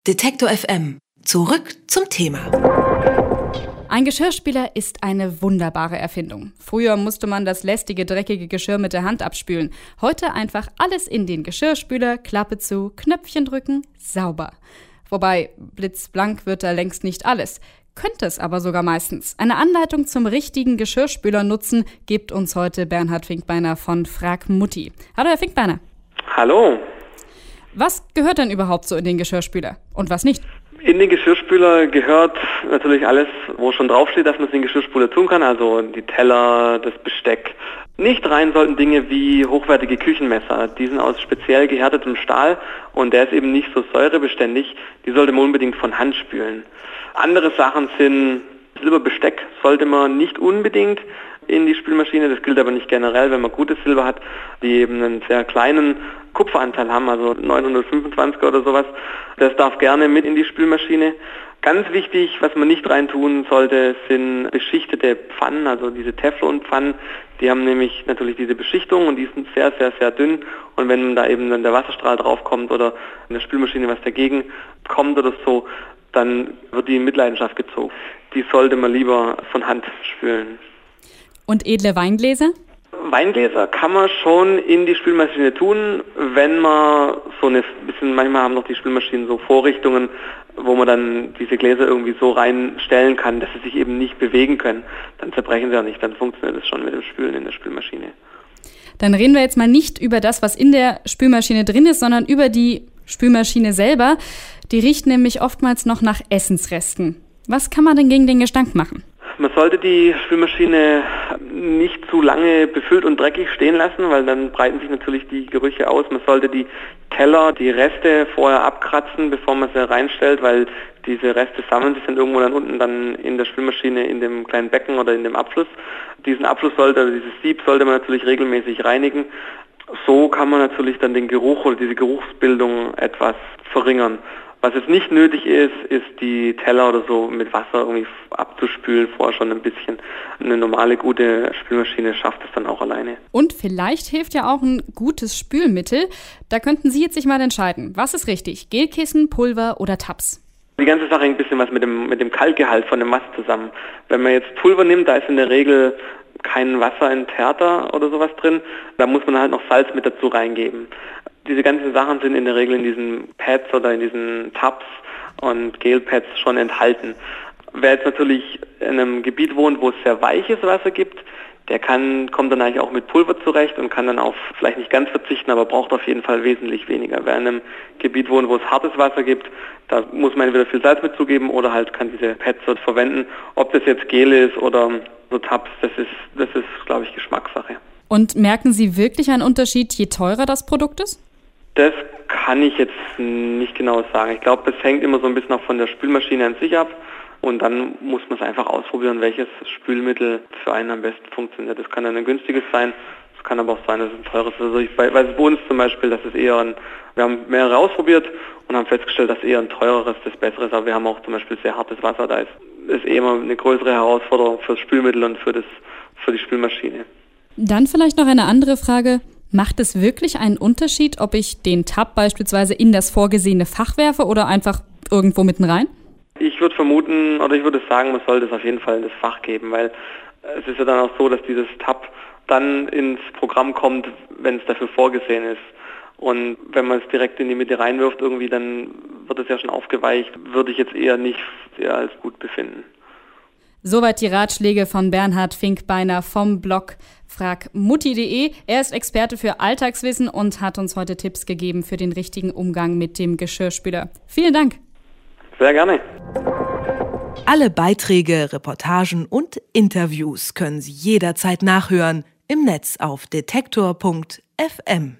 Detektor FM. Zurück zum Thema. Ein Geschirrspüler ist eine wunderbare Erfindung. Früher musste man das lästige, dreckige Geschirr mit der Hand abspülen. Heute einfach alles in den Geschirrspüler, Klappe zu, Knöpfchen drücken, sauber. Wobei, blitzblank wird da längst nicht alles. Könnte es aber sogar meistens. Eine Anleitung zum richtigen Geschirrspüler nutzen, gibt uns heute Bernhard Finkbeiner von Frag Mutti. Hallo Herr Finkbeiner. Hallo. Was gehört denn überhaupt so in den Geschirrspüler und was nicht? In den Geschirrspüler gehört natürlich alles, wo schon draufsteht, dass man es in den Geschirrspüler tun kann, also die Teller, das Besteck. Nicht rein sollten Dinge wie hochwertige Küchenmesser, die sind aus speziell gehärtetem Stahl und der ist eben nicht so säurebeständig, die sollte man unbedingt von Hand spülen. Andere Sachen sind Silberbesteck, sollte man nicht unbedingt in die Spülmaschine, das gilt aber nicht generell, wenn man gutes Silber hat, die eben einen sehr kleinen Kupferanteil haben, also 925er oder sowas. Das darf gerne mit in die Spülmaschine. Ganz wichtig, was man nicht reintun sollte, sind beschichtete Pfannen, also diese Teflonpfannen. Die haben nämlich natürlich diese Beschichtung und die sind sehr, sehr, sehr dünn. Und wenn da eben dann der Wasserstrahl draufkommt oder in der Spülmaschine was dagegen kommt oder so, dann wird die in Mitleidenschaft gezogen. Die sollte man lieber von Hand spülen. Und edle Weingläser? Weingläser kann man schon in die Spülmaschine tun, wenn man so eine bisschen, manchmal haben noch die Spülmaschinen so Vorrichtungen, wo man dann diese Gläser irgendwie so reinstellen kann, dass sie sich eben nicht bewegen können. Dann zerbrechen sie auch nicht, dann funktioniert das schon mit dem Spülen in der Spülmaschine. Dann reden wir jetzt mal nicht über das, was in der Spülmaschine drin ist, sondern über die Spülmaschine selber. Die riecht nämlich oftmals noch nach Essensresten. Was kann man denn gegen den Gestank machen? Man sollte die Spülmaschine nicht zu lange befüllt und dreckig stehen lassen, weil dann breiten sich natürlich die Gerüche aus. Man sollte die Teller, die Reste vorher abkratzen, bevor man sie reinstellt, weil diese Reste sammeln sich dann irgendwo dann unten dann in der Spülmaschine in dem kleinen Becken oder in dem Abfluss. Diesen Abfluss dieses Sieb sollte man natürlich regelmäßig reinigen. So kann man natürlich dann den Geruch oder diese Geruchsbildung etwas verringern. Was jetzt nicht nötig ist, ist die Teller oder so mit Wasser irgendwie abzuspülen, vorher schon ein bisschen. Eine normale, gute Spülmaschine schafft es dann auch alleine. Und vielleicht hilft ja auch ein gutes Spülmittel. Da könnten Sie jetzt sich mal entscheiden. Was ist richtig? Gelkissen, Pulver oder Tabs? Die ganze Sache hängt ein bisschen was mit dem Kalkgehalt von dem Wasser zusammen. Wenn man jetzt Pulver nimmt, da ist in der Regel kein Wasserenthärter oder sowas drin. Da muss man halt noch Salz mit dazu reingeben. Diese ganzen Sachen sind in der Regel in diesen Pads oder in diesen Tabs und Gelpads schon enthalten. Wer jetzt natürlich in einem Gebiet wohnt, wo es sehr weiches Wasser gibt, der kommt dann eigentlich auch mit Pulver zurecht und kann dann auf vielleicht nicht ganz verzichten, aber braucht auf jeden Fall wesentlich weniger. Wer in einem Gebiet wohnt, wo es hartes Wasser gibt, da muss man entweder viel Salz mitzugeben oder halt kann diese Pads dort verwenden. Ob das jetzt Gel ist oder so Tabs, das ist, glaube ich, Geschmackssache. Und merken Sie wirklich einen Unterschied, je teurer das Produkt ist? Das kann ich jetzt nicht genau sagen. Ich glaube, das hängt immer so ein bisschen auch von der Spülmaschine an sich ab. Und dann muss man es einfach ausprobieren, welches Spülmittel für einen am besten funktioniert. Das kann dann ein günstiges sein, es kann aber auch sein, dass es ein teures ist. Also ich weiß bei uns zum Beispiel, dass es wir haben mehrere ausprobiert und haben festgestellt, dass eher ein teureres das bessere ist. Aber wir haben auch zum Beispiel sehr hartes Wasser, da ist immer eine größere Herausforderung fürs Spülmittel und für die Spülmaschine. Dann vielleicht noch eine andere Frage. Macht es wirklich einen Unterschied, ob ich den Tab beispielsweise in das vorgesehene Fach werfe oder einfach irgendwo mitten rein? Ich würde vermuten, oder ich würde sagen, man sollte es auf jeden Fall in das Fach geben, weil es ist ja dann auch so, dass dieses Tab dann ins Programm kommt, wenn es dafür vorgesehen ist. Und wenn man es direkt in die Mitte reinwirft irgendwie, dann wird es ja schon aufgeweicht, würde ich jetzt eher nicht sehr als gut befinden. Soweit die Ratschläge von Bernhard Finkbeiner vom Blog fragmutti.de. Er ist Experte für Alltagswissen und hat uns heute Tipps gegeben für den richtigen Umgang mit dem Geschirrspüler. Vielen Dank. Sehr gerne. Alle Beiträge, Reportagen und Interviews können Sie jederzeit nachhören im Netz auf detektor.fm.